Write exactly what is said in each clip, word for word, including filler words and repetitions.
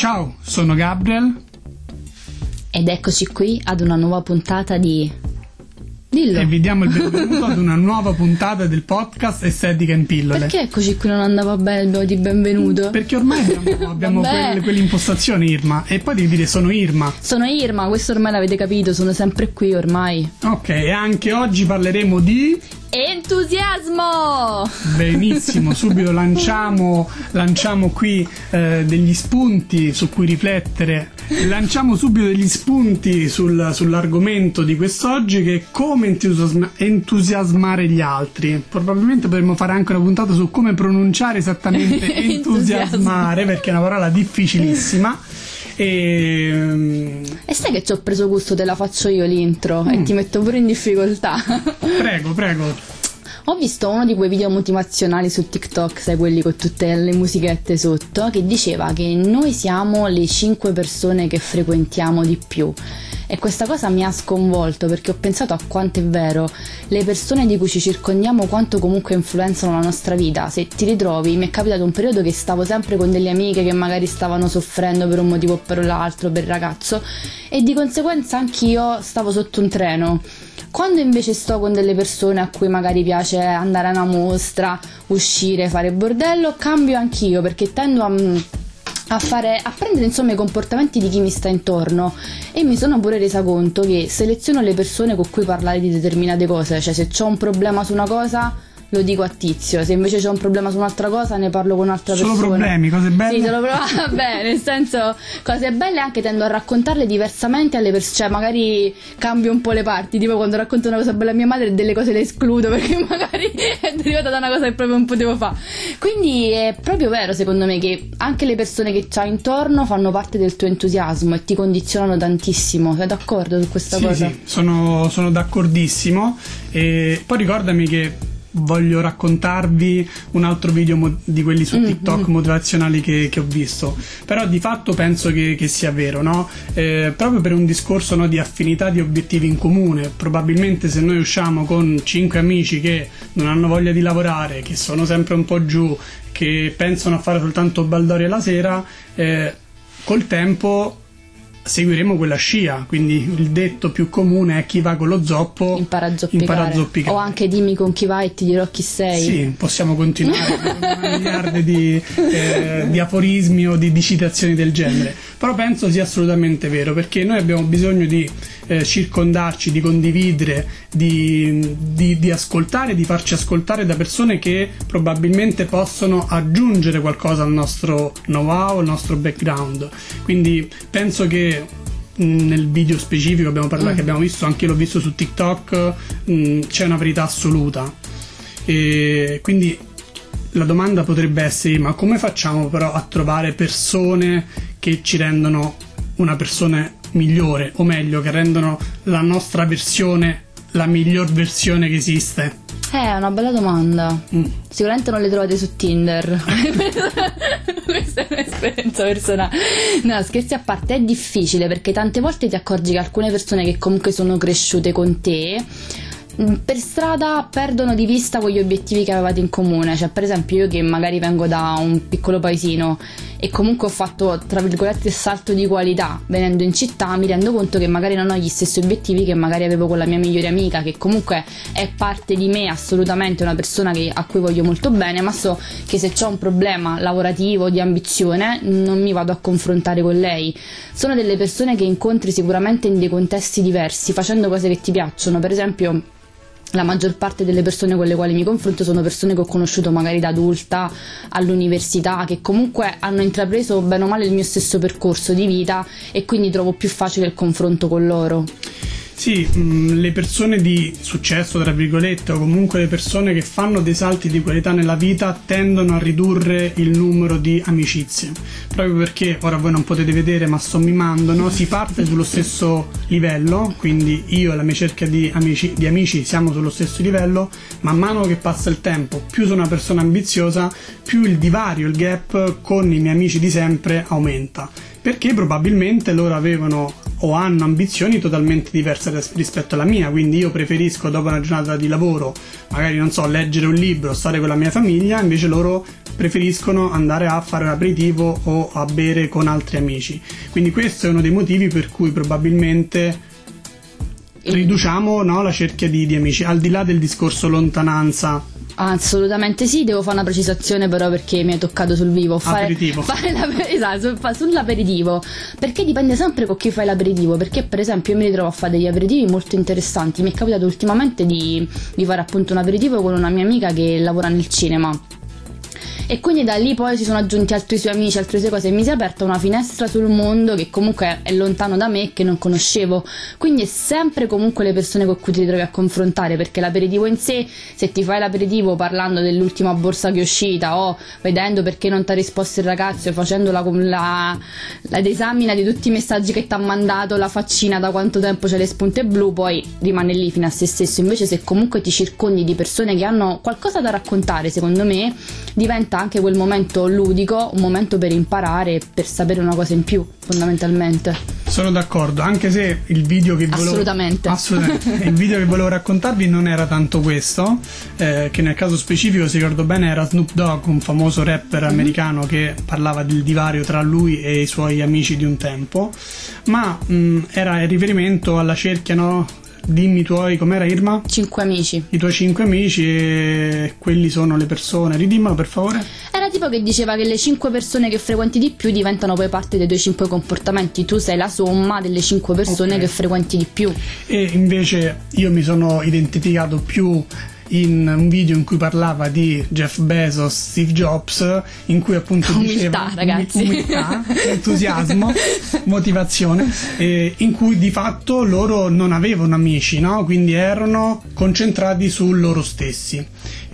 Ciao, sono Gabriel. Ed eccoci qui ad una nuova puntata di... Dillo. E vi diamo il benvenuto ad una nuova puntata del podcast Estetica in pillole. Perché eccoci qui non andava bene il di benvenuto? Perché ormai abbiamo, abbiamo quelle, quelle impostazioni, Irma. E poi devi dire sono Irma. Sono Irma, questo ormai l'avete capito, sono sempre qui ormai. Ok, e anche oggi parleremo di... entusiasmo! Benissimo, subito lanciamo, lanciamo qui eh, degli spunti su cui riflettere. Lanciamo subito degli spunti sul, sull'argomento di quest'oggi, che è come entusiasma, entusiasmare gli altri. Probabilmente potremmo fare anche una puntata su come pronunciare esattamente entusiasmare, perché è una parola difficilissima. E... e sai che ci ho preso gusto, te la faccio io l'intro mm. e ti metto pure in difficoltà. Prego, prego. Ho visto uno di quei video motivazionali su TikTok, sai, quelli con tutte le musichette sotto, che diceva che noi siamo le cinque persone che frequentiamo di più. E questa cosa mi ha sconvolto, perché ho pensato a quanto è vero. Le persone di cui ci circondiamo, quanto comunque influenzano la nostra vita. Se ti ritrovi, mi è capitato un periodo che stavo sempre con delle amiche che magari stavano soffrendo per un motivo o per l'altro, per il ragazzo, e di conseguenza anch'io stavo sotto un treno. Quando invece sto con delle persone a cui magari piace andare a una mostra, uscire, fare bordello, cambio anch'io, perché tendo a... A, fare, a prendere insomma i comportamenti di chi mi sta intorno, e mi sono pure resa conto che seleziono le persone con cui parlare di determinate cose. Cioè, se c'ho un problema su una cosa lo dico a Tizio, se invece c'ho un problema su un'altra cosa ne parlo con un'altra solo persona. Solo problemi, cose belle? Sì, solo problemi, beh, nel senso, cose belle anche tendo a raccontarle diversamente alle persone, cioè magari cambio un po' le parti, tipo quando racconto una cosa bella a mia madre delle cose le escludo perché magari è derivata da una cosa che proprio non potevo fare. Quindi è proprio vero, secondo me, che anche le persone che c'hai intorno fanno parte del tuo entusiasmo e ti condizionano tantissimo. Sei d'accordo su questa sì, cosa? Sì, sono, sono d'accordissimo. E poi ricordami che voglio raccontarvi un altro video mo- di quelli su TikTok mm-hmm. motivazionali che, che ho visto, però di fatto penso che, che sia vero, no? Eh, proprio per un discorso, no, di affinità, di obiettivi in comune. Probabilmente se noi usciamo con cinque amici che non hanno voglia di lavorare, che sono sempre un po' giù, che pensano a fare soltanto baldoria la sera, eh, col tempo seguiremo quella scia. Quindi il detto più comune è: chi va con lo zoppo impara a zoppicare, impara a zoppicare. O anche dimmi con chi vai e ti dirò chi sei. Sì, possiamo continuare con una miliarde di, eh, di aforismi o di, di citazioni del genere, però penso sia assolutamente vero, perché noi abbiamo bisogno di eh, circondarci, di condividere, di, di, di ascoltare, di farci ascoltare da persone che probabilmente possono aggiungere qualcosa al nostro know-how, al nostro background. Quindi penso che nel video specifico abbiamo parlato, mm. che abbiamo visto, anche l'ho visto su TikTok, mh, c'è una verità assoluta. E quindi la domanda potrebbe essere: ma come facciamo però a trovare persone che ci rendono una persona migliore, o meglio, che rendono la nostra versione la miglior versione che esiste? Eh, è una bella domanda. Mm. Sicuramente non le trovate su Tinder. Questa è un'esperienza personale. No, scherzi a parte, è difficile, perché tante volte ti accorgi che alcune persone che comunque sono cresciute con te per strada perdono di vista quegli obiettivi che avevate in comune. Cioè, per esempio, io che magari vengo da un piccolo paesino e comunque ho fatto, tra virgolette, il salto di qualità venendo in città, mi rendo conto che magari non ho gli stessi obiettivi che magari avevo con la mia migliore amica, che comunque è parte di me, assolutamente una persona che, a cui voglio molto bene, ma so che se c'ho un problema lavorativo, di ambizione, non mi vado a confrontare con lei. Sono delle persone che incontri sicuramente in dei contesti diversi, facendo cose che ti piacciono. Per esempio, la maggior parte delle persone con le quali mi confronto sono persone che ho conosciuto magari da adulta, all'università, che comunque hanno intrapreso bene o male il mio stesso percorso di vita, e quindi trovo più facile il confronto con loro. Sì, mh, le persone di successo, tra virgolette, o comunque le persone che fanno dei salti di qualità nella vita, tendono a ridurre il numero di amicizie, proprio perché, ora voi non potete vedere ma sto mimando, no? Si parte sullo stesso livello, quindi io e la mia cerchia di amici, di amici siamo sullo stesso livello. Man mano che passa il tempo, più sono una persona ambiziosa, più il divario, il gap con i miei amici di sempre aumenta, perché probabilmente loro avevano o hanno ambizioni totalmente diverse rispetto alla mia. Quindi io preferisco, dopo una giornata di lavoro, magari, non so, leggere un libro, stare con la mia famiglia, invece loro preferiscono andare a fare un aperitivo o a bere con altri amici. Quindi questo è uno dei motivi per cui probabilmente riduciamo, no, la cerchia di, di amici, al di là del discorso lontananza. Assolutamente sì, devo fare una precisazione però perché mi hai toccato sul vivo. Fare, aperitivo. Fare esatto, sull'aperitivo, perché dipende sempre con chi fai l'aperitivo, perché per esempio io mi ritrovo a fare degli aperitivi molto interessanti. Mi è capitato ultimamente di, di fare appunto un aperitivo con una mia amica che lavora nel cinema, e quindi da lì poi si sono aggiunti altri suoi amici, altre sue cose, e mi si è aperta una finestra sul mondo che comunque è lontano da me e che non conoscevo. Quindi è sempre comunque le persone con cui ti ritrovi a confrontare, perché l'aperitivo in sé, se ti fai l'aperitivo parlando dell'ultima borsa che è uscita o vedendo perché non ti ha risposto il ragazzo e facendo la, la, la disamina di tutti i messaggi che ti ha mandato, la faccina da quanto tempo c'è le spunte blu, poi rimane lì fino a se stesso. Invece se comunque ti circondi di persone che hanno qualcosa da raccontare, secondo me diventa anche quel momento ludico, un momento per imparare, per sapere una cosa in più, fondamentalmente. Sono d'accordo, anche se il video che volevo assolutamente, assolutamente il video che volevo raccontarvi non era tanto questo, eh, che nel caso specifico, se ricordo bene, era Snoop Dogg, un famoso rapper mm-hmm. americano che parlava del divario tra lui e i suoi amici di un tempo, ma mh, era il riferimento alla cerchia, no? Dimmi i tuoi, com'era Irma? Cinque amici. I tuoi cinque amici, e quelli sono le persone. Ridimmelo per favore. Era tipo che diceva che le cinque persone che frequenti di più diventano poi parte dei tuoi cinque comportamenti. Tu sei la somma delle cinque persone okay. che frequenti di più. E invece io mi sono identificato più in un video in cui parlava di Jeff Bezos, Steve Jobs, in cui appunto umiltà, diceva ragazzi. umiltà, entusiasmo, motivazione, e in cui di fatto loro non avevano amici, no? Quindi erano concentrati su loro stessi.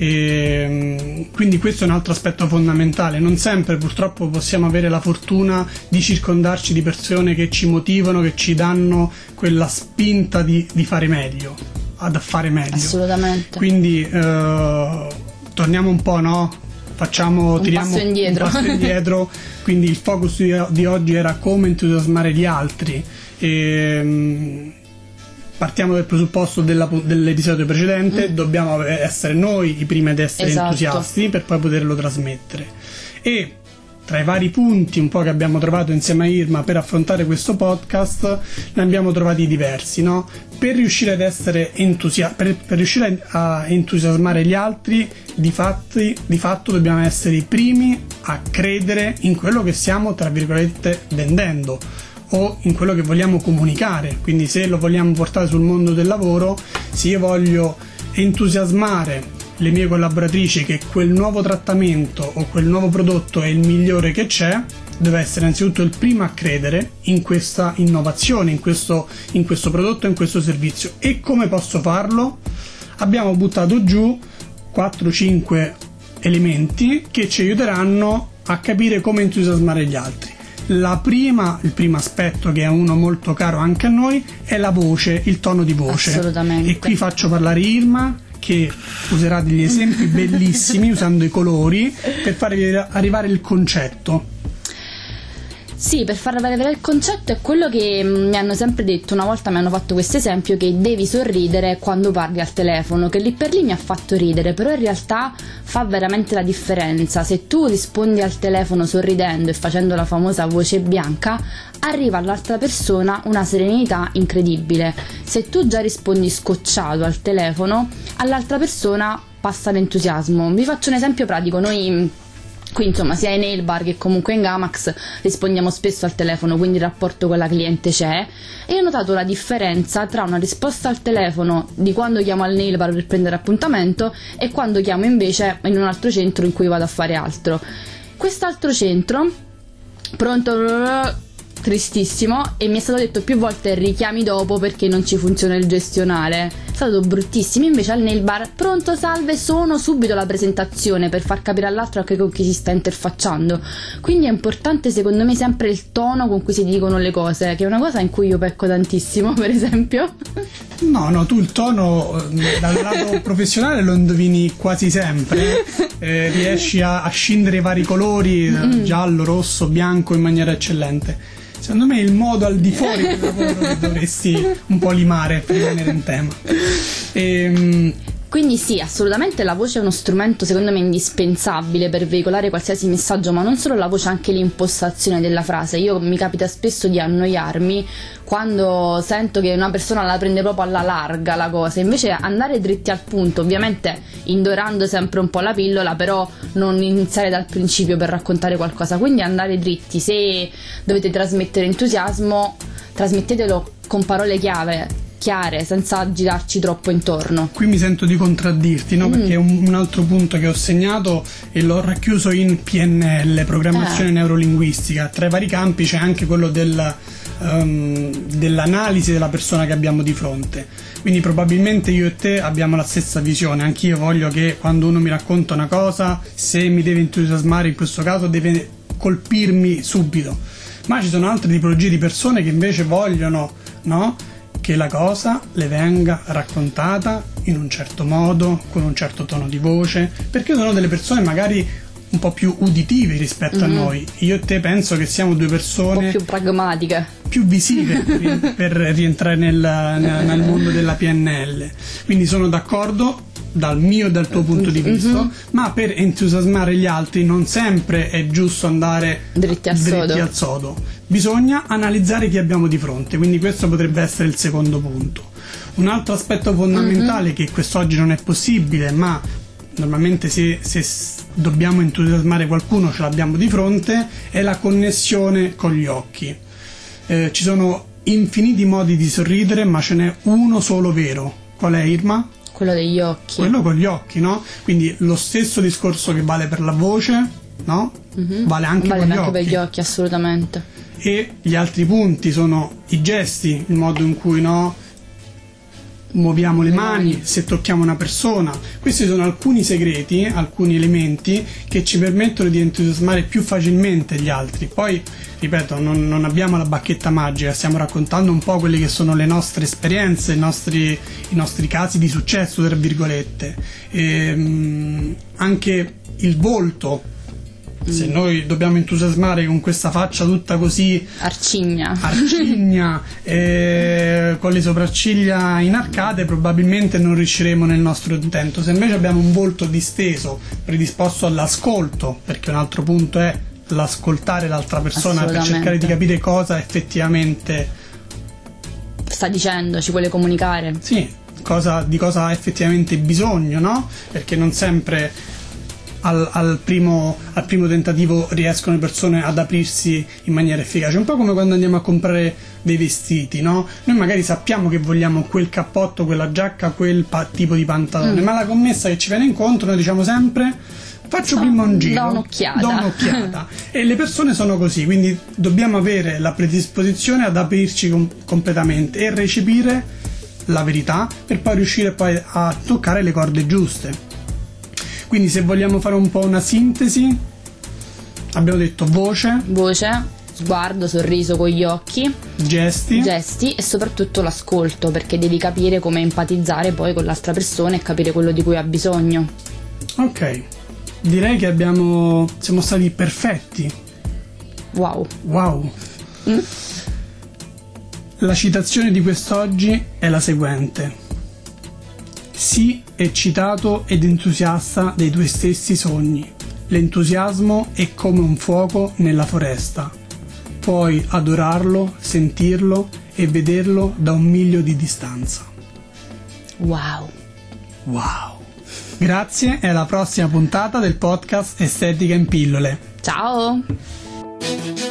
E quindi questo è un altro aspetto fondamentale. Non sempre purtroppo possiamo avere la fortuna di circondarci di persone che ci motivano, che ci danno quella spinta di, di fare meglio, ad fare meglio. Assolutamente. Quindi eh, torniamo un po', no? Facciamo, un tiriamo passo indietro. un passo indietro. Quindi il focus di, di oggi era come entusiasmare gli altri. E, mh, partiamo dal presupposto della, dell'episodio precedente, mm. dobbiamo essere noi i primi ad essere esatto. entusiasti per poi poterlo trasmettere. E tra i vari punti un po' che abbiamo trovato insieme a Irma per affrontare questo podcast, ne abbiamo trovati diversi, no? Per riuscire ad essere entusiasti, per, per riuscire a entusiasmare gli altri, di, fatti, di fatto dobbiamo essere i primi a credere in quello che stiamo, tra virgolette, vendendo o in quello che vogliamo comunicare. Quindi se lo vogliamo portare sul mondo del lavoro, se io voglio entusiasmare le mie collaboratrici che quel nuovo trattamento o quel nuovo prodotto è il migliore che c'è, deve essere innanzitutto il primo a credere in questa innovazione, in questo, in questo prodotto, in questo servizio. E come posso farlo? Abbiamo buttato giù quattro cinque elementi che ci aiuteranno a capire come entusiasmare gli altri. La prima, il primo aspetto, che è uno molto caro anche a noi, è la voce, il tono di voce. Assolutamente. E qui faccio parlare Irma, che userà degli esempi bellissimi usando i colori per farvi arrivare il concetto. Sì, per far arrivare il concetto è quello che mi hanno sempre detto. Una volta mi hanno fatto questo esempio, che devi sorridere quando parli al telefono, che lì per lì mi ha fatto ridere, però in realtà fa veramente la differenza. Se tu rispondi al telefono sorridendo e facendo la famosa voce bianca, arriva all'altra persona una serenità incredibile. Se tu già rispondi scocciato al telefono, all'altra persona passa l'entusiasmo. Vi faccio un esempio pratico. Noi qui insomma sia in Nail Bar che comunque in Gamax rispondiamo spesso al telefono, quindi il rapporto con la cliente c'è, e ho notato la differenza tra una risposta al telefono di quando chiamo al Nail Bar per prendere appuntamento e quando chiamo invece in un altro centro in cui vado a fare altro. Quest'altro centro, pronto, tristissimo, e mi è stato detto più volte richiami dopo perché non ci funziona il gestionale. È stato bruttissimo. Invece al Nail Bar, pronto, salve, sono, subito la presentazione per far capire all'altro anche con chi si sta interfacciando. Quindi è importante secondo me sempre il tono con cui si dicono le cose, che è una cosa in cui io pecco tantissimo, per esempio. No, no, tu il tono dal lato professionale lo indovini quasi sempre, eh, riesci a, a scindere i vari colori, mm. giallo, rosso, bianco in maniera eccellente. Secondo me è il modo al di fuori del lavoro che dovresti un po' limare per rimanere in tema. E, Quindi sì, assolutamente la voce è uno strumento secondo me indispensabile per veicolare qualsiasi messaggio, ma non solo la voce, anche l'impostazione della frase. Io mi capita spesso di annoiarmi quando sento che una persona la prende proprio alla larga la cosa, invece andare dritti al punto, ovviamente indorando sempre un po' la pillola, però non iniziare dal principio per raccontare qualcosa, quindi andare dritti. Se dovete trasmettere entusiasmo, trasmettetelo con parole chiave chiare, senza girarci troppo intorno. Qui mi sento di contraddirti, no? Mm. Perché è un, un altro punto che ho segnato e l'ho racchiuso in P N L, programmazione eh. neurolinguistica. Tra i vari campi c'è anche quello del, um, dell'analisi della persona che abbiamo di fronte. Quindi probabilmente io e te abbiamo la stessa visione. Anch'io voglio che quando uno mi racconta una cosa, se mi deve entusiasmare, in questo caso deve colpirmi subito. Ma ci sono altre tipologie di persone che invece vogliono, no? Che la cosa le venga raccontata in un certo modo, con un certo tono di voce, perché sono delle persone magari un po' più uditive rispetto mm-hmm. a noi. Io e te penso che siamo due persone un po' più pragmatiche, più visive per, per rientrare nel, nel, nel mondo della P N L. Quindi sono d'accordo dal mio e dal tuo punto di vista, mm-hmm. ma per entusiasmare gli altri non sempre è giusto andare dritti al, dritti sodo. al sodo. Bisogna analizzare chi abbiamo di fronte, quindi questo potrebbe essere il secondo punto. Un altro aspetto fondamentale, mm-hmm. che quest'oggi non è possibile, ma normalmente se, se dobbiamo entusiasmare qualcuno ce l'abbiamo di fronte, è la connessione con gli occhi. Eh, ci sono infiniti modi di sorridere, ma ce n'è uno solo vero. Qual è, Irma? Quello degli occhi. Quello con gli occhi, no? Quindi lo stesso discorso che vale per la voce, no? Mm-hmm. Vale anche, vale con anche gli occhi. per gli occhi, assolutamente. E gli altri punti sono i gesti, il modo in cui, no, muoviamo le mani, se tocchiamo una persona. Questi sono alcuni segreti, alcuni elementi che ci permettono di entusiasmare più facilmente gli altri. Poi, ripeto, non, non abbiamo la bacchetta magica, stiamo raccontando un po' quelle che sono le nostre esperienze, i nostri, i nostri casi di successo, tra virgolette. E, mh, anche il volto. Se noi dobbiamo entusiasmare con questa faccia tutta così arcigna, arcigna eh, con le sopracciglia inarcate, probabilmente non riusciremo nel nostro intento. Se invece abbiamo un volto disteso, predisposto all'ascolto, perché un altro punto è l'ascoltare l'altra persona per cercare di capire cosa effettivamente sta dicendo, ci vuole comunicare. Sì, cosa, di cosa ha effettivamente bisogno, no? Perché non sempre Al, al, primo, al primo tentativo riescono le persone ad aprirsi in maniera efficace. Un po' come quando andiamo a comprare dei vestiti, no? Noi magari sappiamo che vogliamo quel cappotto, quella giacca, quel pa- tipo di pantalone, mm. ma la commessa che ci viene incontro noi diciamo sempre faccio so, prima un giro, do un'occhiata, do un'occhiata. E le persone sono così, quindi dobbiamo avere la predisposizione ad aprirci com- completamente e recepire la verità per poi riuscire poi a toccare le corde giuste. Quindi se vogliamo fare un po' una sintesi, abbiamo detto voce, voce, sguardo, sorriso con gli occhi, gesti, gesti e soprattutto l'ascolto, perché devi capire come empatizzare poi con l'altra persona e capire quello di cui ha bisogno. Ok, direi che abbiamo siamo stati perfetti. Wow. Wow. Mm? La citazione di quest'oggi è la seguente: sii eccitato ed entusiasta dei tuoi stessi sogni. L'entusiasmo è come un fuoco nella foresta. Puoi adorarlo, sentirlo e vederlo da un miglio di distanza. Wow. Wow. Grazie e alla prossima puntata del podcast Estetica in pillole. Ciao.